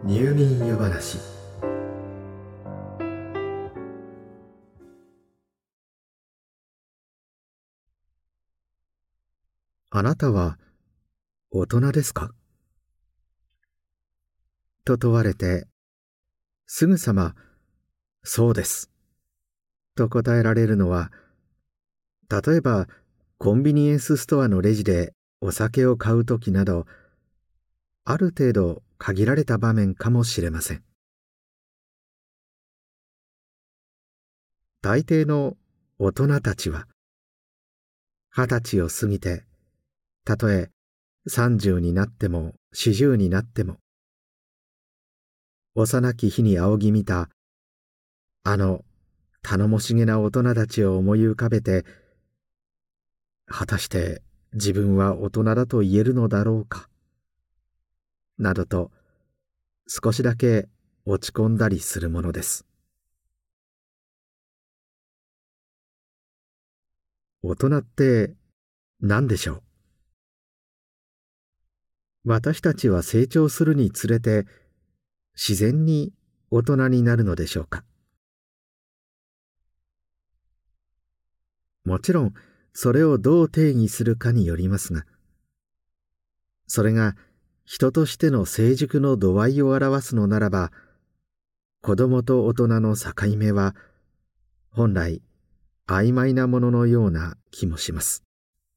入眠夜話。あなたは大人ですかと問われて、すぐさまそうですと答えられるのは、例えばコンビニエンスストアのレジでお酒を買うときなど、ある程度限られた場面かもしれません。大抵の大人たちは20歳を過ぎて、たとえ30になっても40になっても、幼き日に仰ぎ見たあの頼もしげな大人たちを思い浮かべて、果たして自分は大人だと言えるのだろうか、などと少しだけ落ち込んだりするものです。大人って何でしょう。私たちは成長するにつれて自然に大人になるのでしょうか。もちろんそれをどう定義するかによりますが、それが人としての成熟の度合いを表すのならば、子供と大人の境目は本来曖昧なもののような気もします。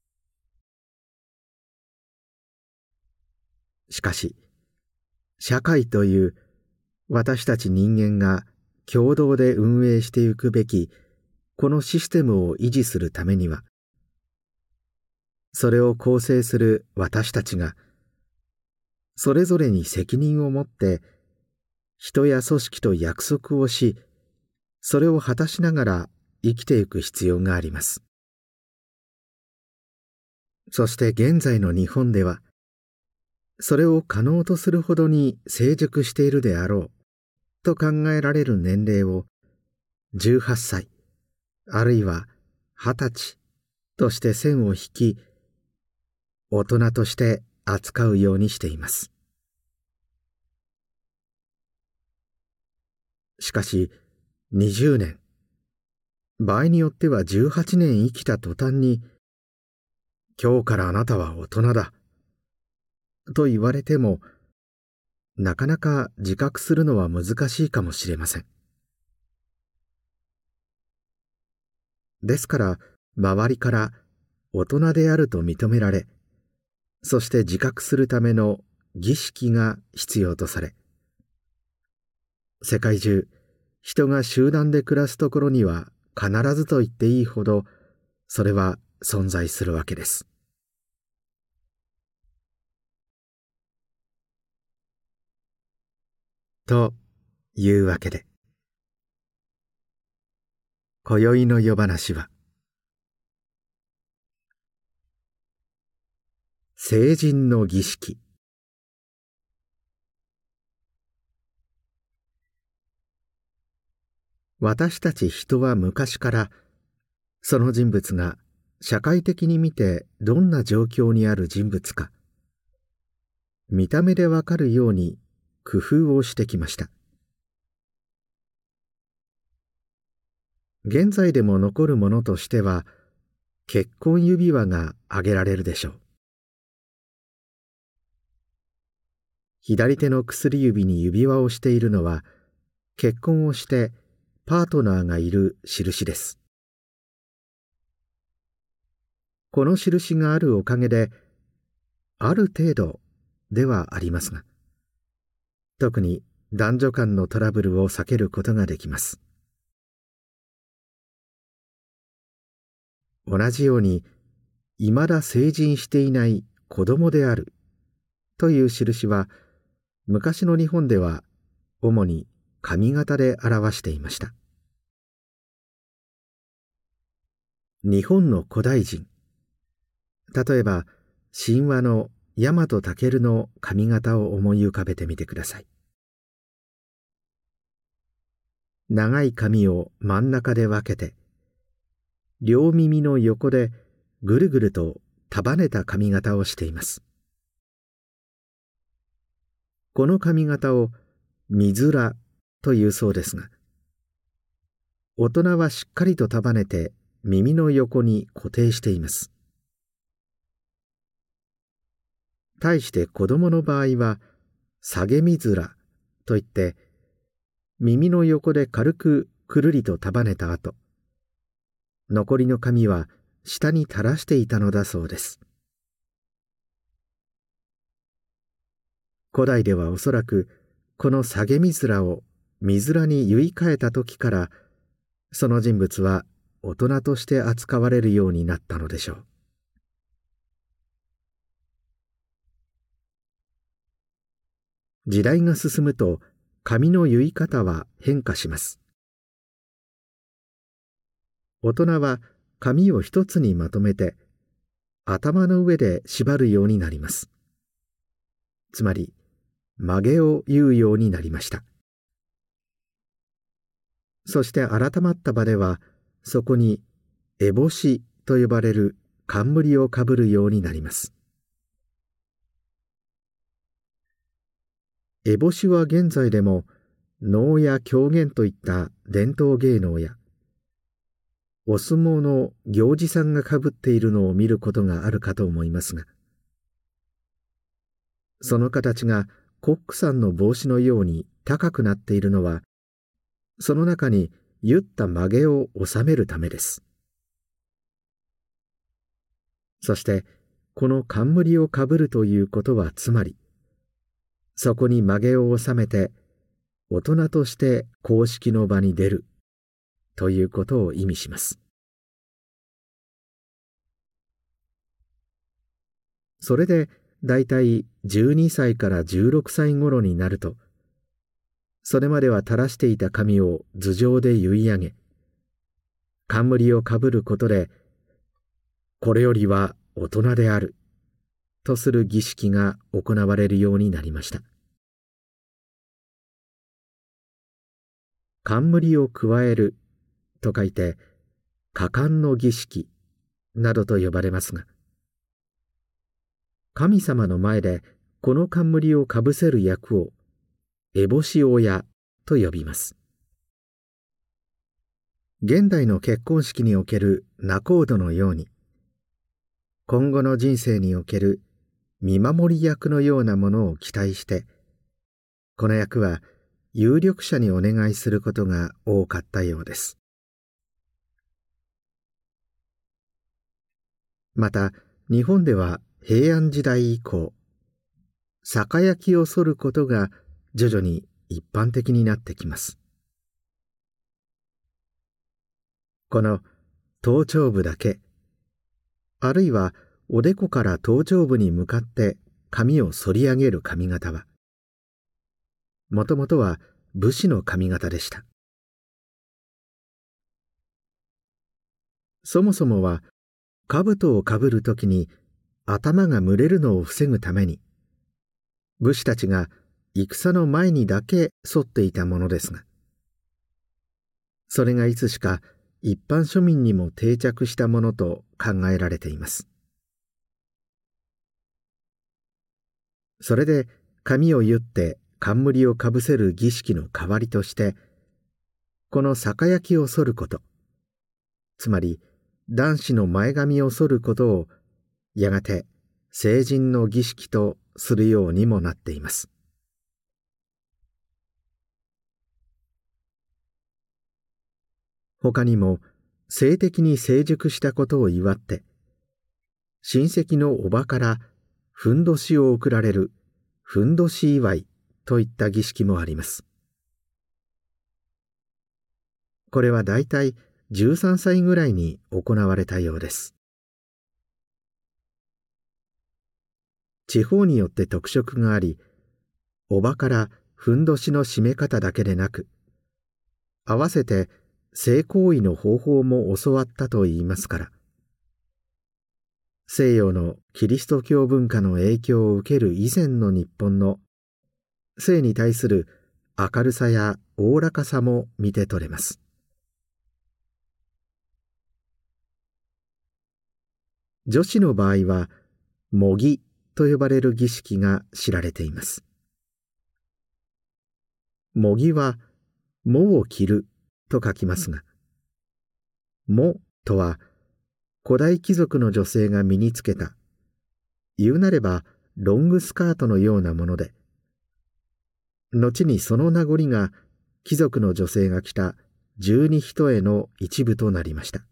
しかし社会という私たち人間が共同で運営してゆくべきこのシステムを維持するためには、それを構成する私たちがそれぞれに責任を持って人や組織と約束をし、それを果たしながら生きていく必要があります。そして現在の日本では、それを可能とするほどに成熟しているであろうと考えられる年齢を18歳あるいは20歳として線を引き、大人として扱うようにしています。しかし20年、場合によっては18年生きた途端に、今日からあなたは大人だと言われても、なかなか自覚するのは難しいかもしれません。ですから周りから大人であると認められ、そして自覚するための儀式が必要とされ、世界中人が集団で暮らすところには必ずと言っていいほどそれは存在するわけです。というわけで、今宵の夜話は成人の儀式。私たち人は昔からその人物が社会的に見てどんな状況にある人物か、見た目でわかるように工夫をしてきました。現在でも残るものとしては、結婚指輪が挙げられるでしょう。左手の薬指に指輪をしているのは、結婚をしてパートナーがいる印です。この印があるおかげで、ある程度ではありますが、特に男女間のトラブルを避けることができます。同じように、未だ成人していない子供であるという印は、昔の日本では主に髪型で表していました。日本の古代人、例えば神話のヤマトタケルの髪型を思い浮かべてみてください。長い髪を真ん中で分けて、両耳の横でぐるぐると束ねた髪型をしています。この髪型をみづらというそうですが、大人はしっかりと束ねて耳の横に固定しています。対して子供の場合は下げみづらといって、耳の横で軽くくるりと束ねた後、残りの髪は下に垂らしていたのだそうです。古代ではおそらくこの下げみづらをみづらに結い替えた時から、その人物は大人として扱われるようになったのでしょう。時代が進むと髪の結い方は変化します。大人は髪を一つにまとめて頭の上で縛るようになります。つまり曲げを言うようになりました。そして改まった場では、そこに烏帽子と呼ばれる冠をかぶるようになります。烏帽子は現在でも能や狂言といった伝統芸能や、お相撲の行司さんがかぶっているのを見ることがあるかと思いますが、その形がコックさんの帽子のように高くなっているのは、その中に結った曲げを収めるためです。そしてこの冠をかぶるということは、つまりそこに曲げを収めて大人として公式の場に出るということを意味します。それでだいたい12歳から16歳頃になると、それまでは垂らしていた髪を頭上で結い上げ、冠をかぶることで、これよりは大人であるとする儀式が行われるようになりました。冠を加えると書いて加冠の儀式などと呼ばれますが、神様の前でこの冠をかぶせる役を烏帽子親と呼びます。現代の結婚式における仲人のように、今後の人生における見守り役のようなものを期待して、この役は有力者にお願いすることが多かったようです。また日本では平安時代以降、酒焼きを剃ることが徐々に一般的になってきます。この頭頂部だけ、あるいはおでこから頭頂部に向かって髪を剃り上げる髪型は、もともとは武士の髪型でした。そもそもは兜をかぶるときに頭が蒸れるのを防ぐために、武士たちが戦の前にだけ剃っていたものですが、それがいつしか一般庶民にも定着したものと考えられています。それで髪を結って冠をかぶせる儀式の代わりとして、この酒焼きを剃ること、つまり男子の前髪を剃ることをやがて成人の儀式とするようにもなっています。他にも性的に成熟したことを祝って、親戚のおばからふんどしを贈られるふんどし祝いといった儀式もあります。これはだいたい13歳ぐらいに行われたようです。地方によって特色があり、おばからふんどしの締め方だけでなく、合わせて性行為の方法も教わったといいますから、西洋のキリスト教文化の影響を受ける以前の日本の性に対する明るさやおおらかさも見て取れます。女子の場合は模擬と呼ばれる儀式が知られています。 模擬は喪を着ると書きますが、喪とは古代貴族の女性が身につけた、言うなればロングスカートのようなもので、後にその名残が貴族の女性が着た十二単の一部となりました。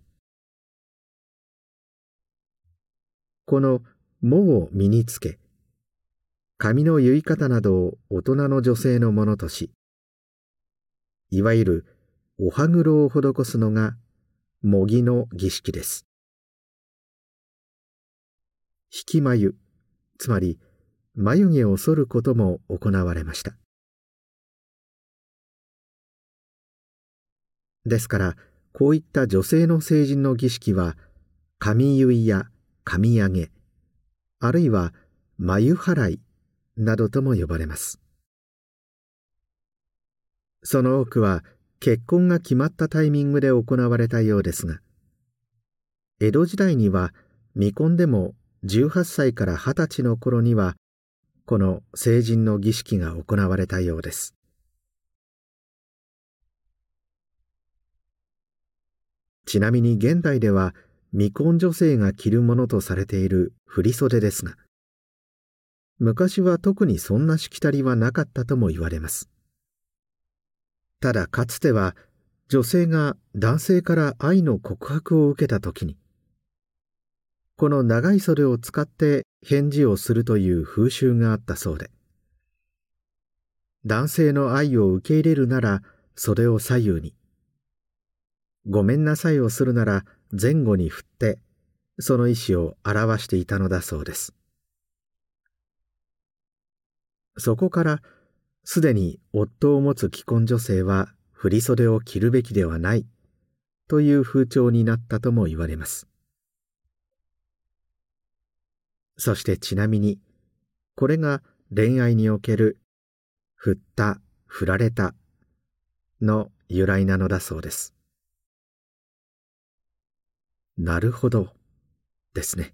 この喪を身につけ、髪の結い方などを大人の女性のものとし、いわゆるお歯黒を施すのが模擬の儀式です。引き眉、つまり眉毛を剃ることも行われました。ですから、こういった女性の成人の儀式は、髪結いや髪上げ、あるいは眉払いなどとも呼ばれます。その多くは結婚が決まったタイミングで行われたようですが、江戸時代には未婚でも18歳から20歳の頃には、この成人の儀式が行われたようです。ちなみに現代では未婚女性が着るものとされている振袖ですが、昔は特にそんなしきたりはなかったとも言われます。ただかつては女性が男性から愛の告白を受けたときに、この長い袖を使って返事をするという風習があったそうで、男性の愛を受け入れるなら袖を左右に、ごめんなさいをするなら前後に振ってその意思を表していたのだそうです。そこからすでに夫を持つ既婚女性は振袖を着るべきではないという風潮になったとも言われます。そしてちなみにこれが恋愛における振った、振られたの由来なのだそうです。なるほどですね。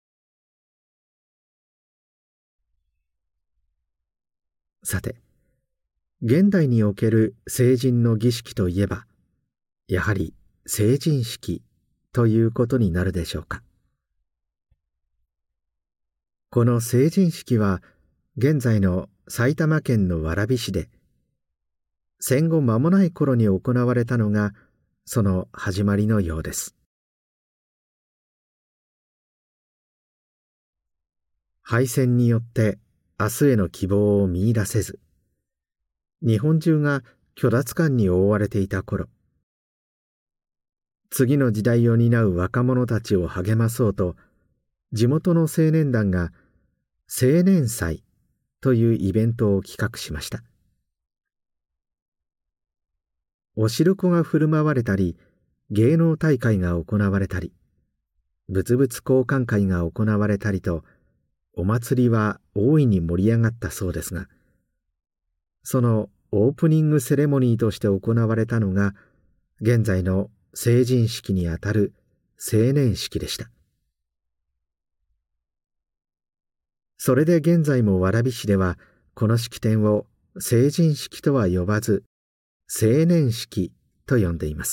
さて、現代における成人の儀式といえば、やはり成人式ということになるでしょうか。この成人式は現在の埼玉県の蕨市で戦後間もない頃に行われたのがその始まりのようです。敗戦によって明日への希望を見出せず、日本中が虚脱感に覆われていた頃、次の時代を担う若者たちを励まそうと、地元の青年団が青年祭というイベントを企画しました。お汁粉が振る舞われたり、芸能大会が行われたり、物々交換会が行われたりと、お祭りは大いに盛り上がったそうですが、そのオープニングセレモニーとして行われたのが、現在の成人式にあたる成年式でした。それで現在も蕨市では、この式典を成人式とは呼ばず、成年式と呼んでいます。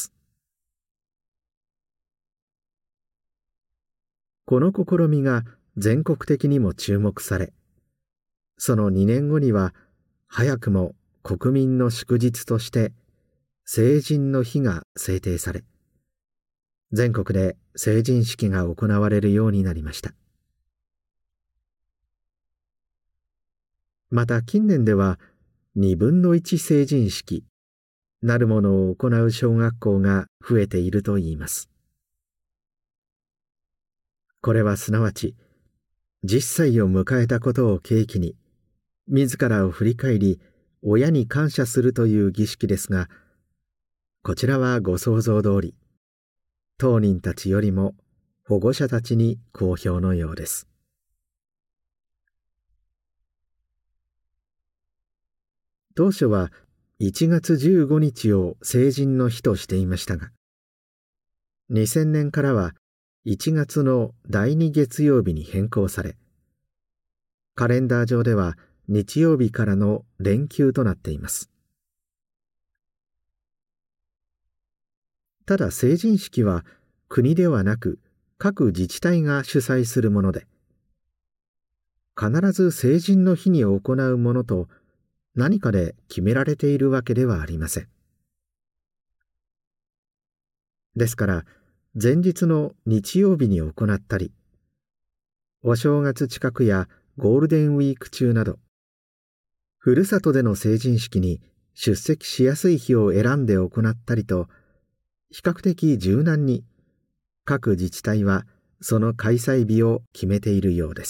この試みが全国的にも注目され、その2年後には早くも国民の祝日として成人の日が制定され、全国で成人式が行われるようになりました。また近年では2分の1成人式なるものを行う小学校が増えているといいます。これはすなわち10歳を迎えたことを契機に自らを振り返り親に感謝するという儀式ですが、こちらはご想像通り当人たちよりも保護者たちに好評のようです。当初は1月15日を成人の日としていましたが、2000年からは1月の第2月曜日に変更され、カレンダー上では日曜日からの連休となっています。 ただ成人式は国ではなく各自治体が主催するもので、必ず成人の日に行うものと何かで決められているわけではありません。ですから、前日の日曜日に行ったり、お正月近くやゴールデンウィーク中など、ふるさとでの成人式に出席しやすい日を選んで行ったりと、比較的柔軟に各自治体はその開催日を決めているようです。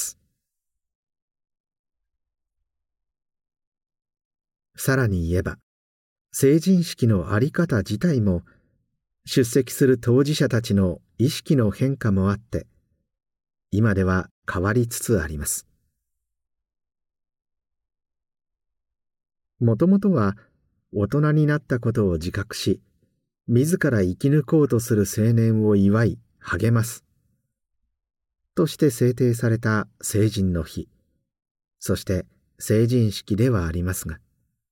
さらに言えば、成人式のあり方自体も出席する当事者たちの意識の変化もあって、今では変わりつつあります。もともとは大人になったことを自覚し、自ら生き抜こうとする青年を祝い励ますとして制定された成人の日、そして成人式ではありますが、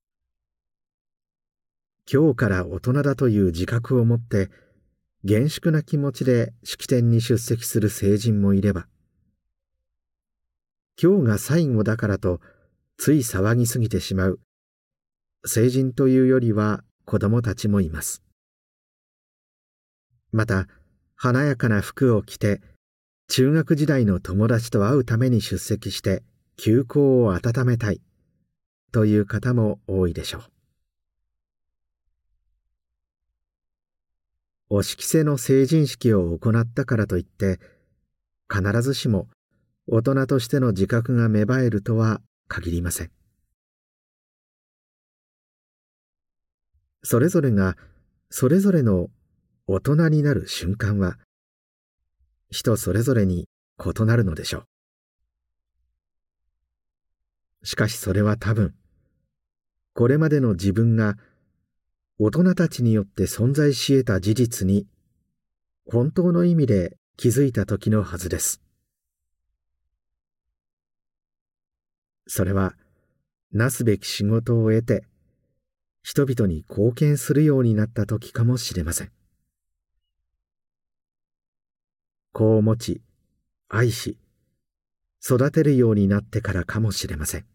今日から大人だという自覚を持って厳粛な気持ちで式典に出席する成人もいれば、今日が最後だからとつい騒ぎすぎてしまう成人というよりは子供たちもいます。また、華やかな服を着て中学時代の友達と会うために出席して旧交を温めたいという方も多いでしょう。お式制の成人式を行ったからといって必ずしも大人としての自覚が芽生えるとは限りません。それぞれがそれぞれの大人になる瞬間は人それぞれに異なるのでしょう。しかしそれは多分これまでの自分が大人たちによって存在し得た事実に本当の意味で気づいた時のはずです。それはなすべき仕事を得て人々に貢献するようになった時かもしれません。子を持ち愛し育てるようになってからかもしれません。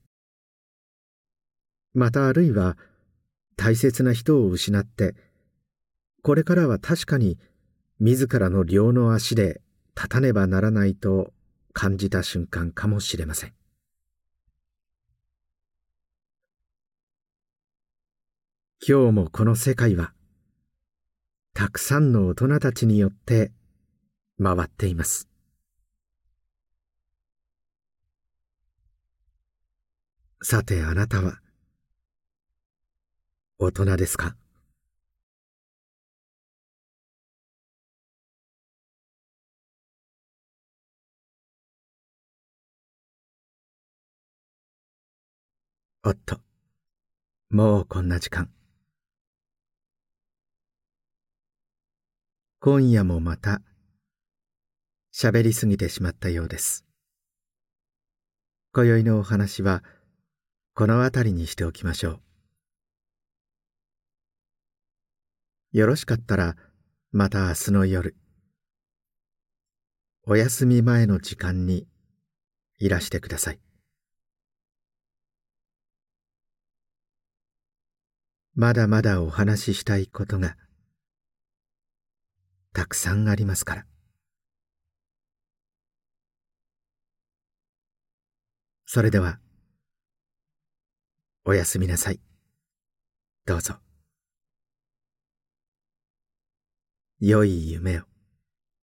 またあるいは大切な人を失ってこれからは確かに自らの両の足で立たねばならないと感じた瞬間かもしれません。今日もこの世界はたくさんの大人たちによって回っています。さてあなたは大人ですか？おっと、もうこんな時間。今夜もまた喋りすぎてしまったようです。今宵のお話はこの辺りにしておきましょう。よろしかったらまた明日の夜、お休み前の時間にいらしてください。まだまだお話ししたいことがたくさんありますから。それではおやすみなさい。どうぞ。良い夢を。